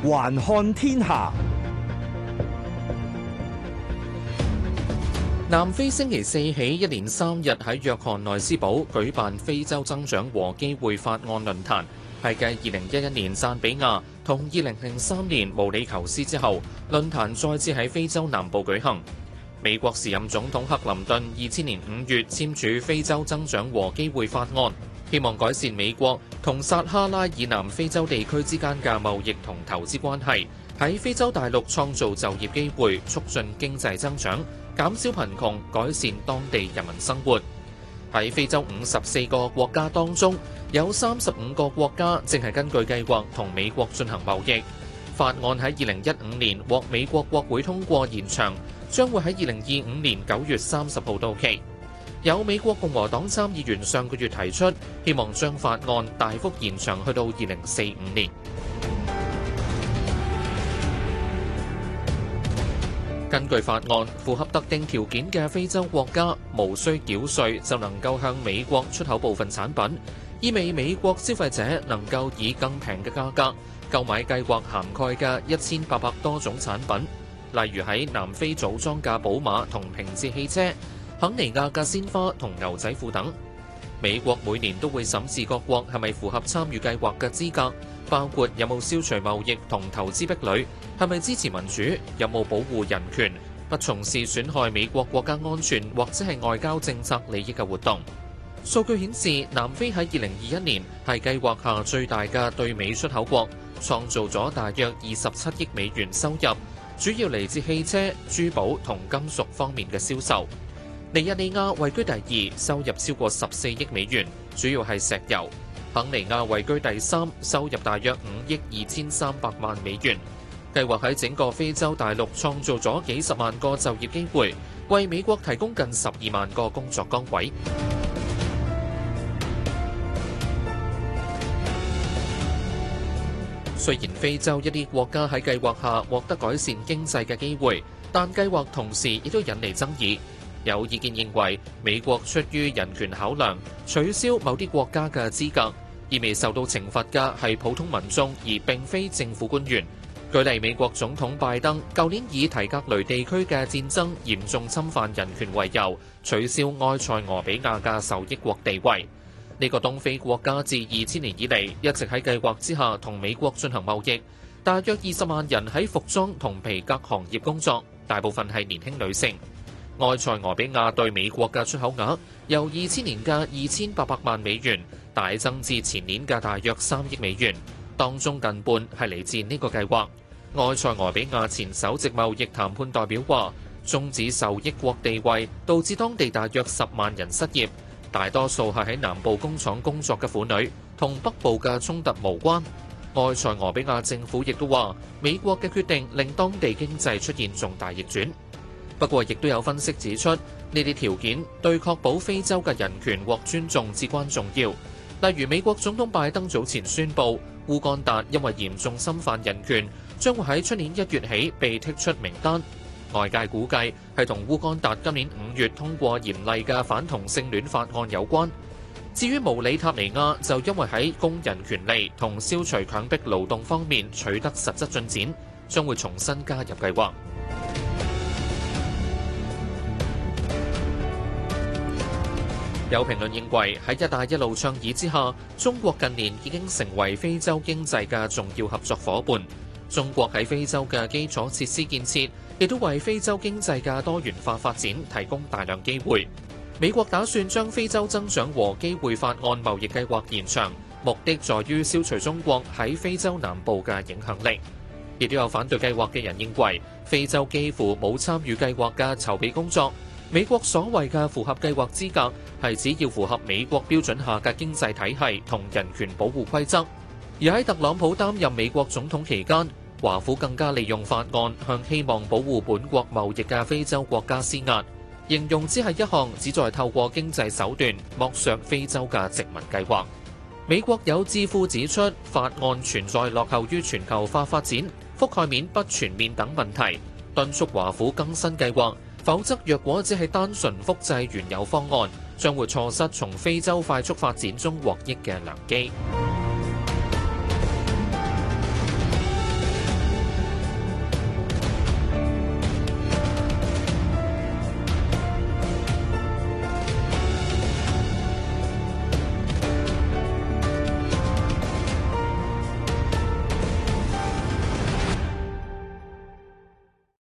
環看天下。 南非星期四起一連3日喺約翰內斯堡舉辦非洲增長和機會法案論壇，係繼2011年贊比亞同2003年毛里求斯之後，論壇再次喺非洲南部舉行。美國時任總統克林頓2000年5月簽署非洲增長和機會法案，希望改善美國同撒哈拉以南非洲地區之間嘅貿易同投資關係，喺非洲大陸創造就業機會，促進經濟增長，減少貧窮，改善當地人民生活。喺非洲54個國家當中，有35個國家正係根據計劃同美國進行貿易。法案喺2015年獲美國國會通過延長，將會喺2025年9月30號到期。有美國共和黨參議員上個月提出，希望將法案大幅延長去到2045年。根據法案，符合特定條件嘅非洲國家無需繳稅就能夠向美國出口部分產品，意味美國消費者能夠以更平嘅價格購買計劃涵蓋嘅1800多種產品，例如喺南非組裝嘅寶馬同平治汽車、肯尼亞嘅鮮花同牛仔褲等。美國每年都會審視各國係咪符合參與計劃嘅資格，包括有冇消除貿易同投資壁壘，係咪支持民主，有冇保護人權，不從事損害美國國家安全或者係外交政策利益嘅活動。數據顯示，南非喺2021年係計劃下最大嘅對美出口國，創造咗大約27億美元收入，主要嚟自汽車、珠寶同金屬方面嘅銷售。尼日利亞位居第2，收入超過14億美元，主要係石油。肯尼亞位居第3，收入大約5億2300萬美元。計劃喺整個非洲大陸創造咗幾十萬個就業機會，為美國提供近12萬個工作崗位。雖然非洲一啲國家喺計劃下獲得改善經濟嘅機會，但計劃同時亦都引嚟爭議。有意見認為，美國出於人權考量，取消某啲國家嘅資格，意味受到懲罰嘅係普通民眾，而並非政府官員。舉例，美國總統拜登舊年以提格雷地區嘅戰爭嚴重侵犯人權為由，取消埃塞俄比亞嘅受益國地位。呢個東非國家自2000年以嚟一直喺計劃之下同美國進行貿易，大約20萬人喺服裝同皮革行業工作，大部分係年輕女性。埃塞俄比亞對美國嘅出口額由2000年嘅2800萬美元大增至前年嘅大約3億美元，當中近半係嚟自呢個計劃。埃塞俄比亞前首席貿易談判代表話，終止受益國地位導致當地大約10萬人失業，大多數係喺南部工廠工作嘅婦女，同北部嘅衝突無關。埃塞俄比亞政府亦都話，美國嘅決定令當地經濟出現重大逆轉。不過，亦都有分析指出，呢啲條件對確保非洲嘅人權獲尊重至關重要。例如，美國總統拜登早前宣布，烏干達因為嚴重侵犯人權，將會喺出年1月起被剔出名單。外界估計係同烏干達今年5月通過嚴厲嘅反同性戀法案有關。至於毛里塔尼亞，就因為喺工人權利同消除強迫勞動方面取得實質進展，將會重新加入計劃。有評論認為，喺一帶一路倡議之下，中國近年已經成為非洲經濟嘅重要合作伙伴。中國喺非洲嘅基礎設施建設，亦都為非洲經濟嘅多元化發展提供大量機會。美國打算將非洲增長和機會法案貿易計劃延長，目的在於消除中國喺非洲南部嘅影響力。亦都有反對計劃嘅人認為，非洲幾乎冇參與計劃嘅籌備工作。美國所謂嘅符合計劃資格，係只要符合美國標準下嘅經濟體系同人權保護規則。而喺特朗普擔任美國總統期間，華府更加利用法案向希望保護本國貿易嘅非洲國家施壓，形容只係一項旨在透過經濟手段剝削非洲嘅殖民計劃。美國有智庫指出，法案存在落後於全球化發展、覆蓋面不全面等問題，敦促華府更新計劃。否則，若果只係單純複製原有方案，將會錯失從非洲快速發展中獲益嘅良機。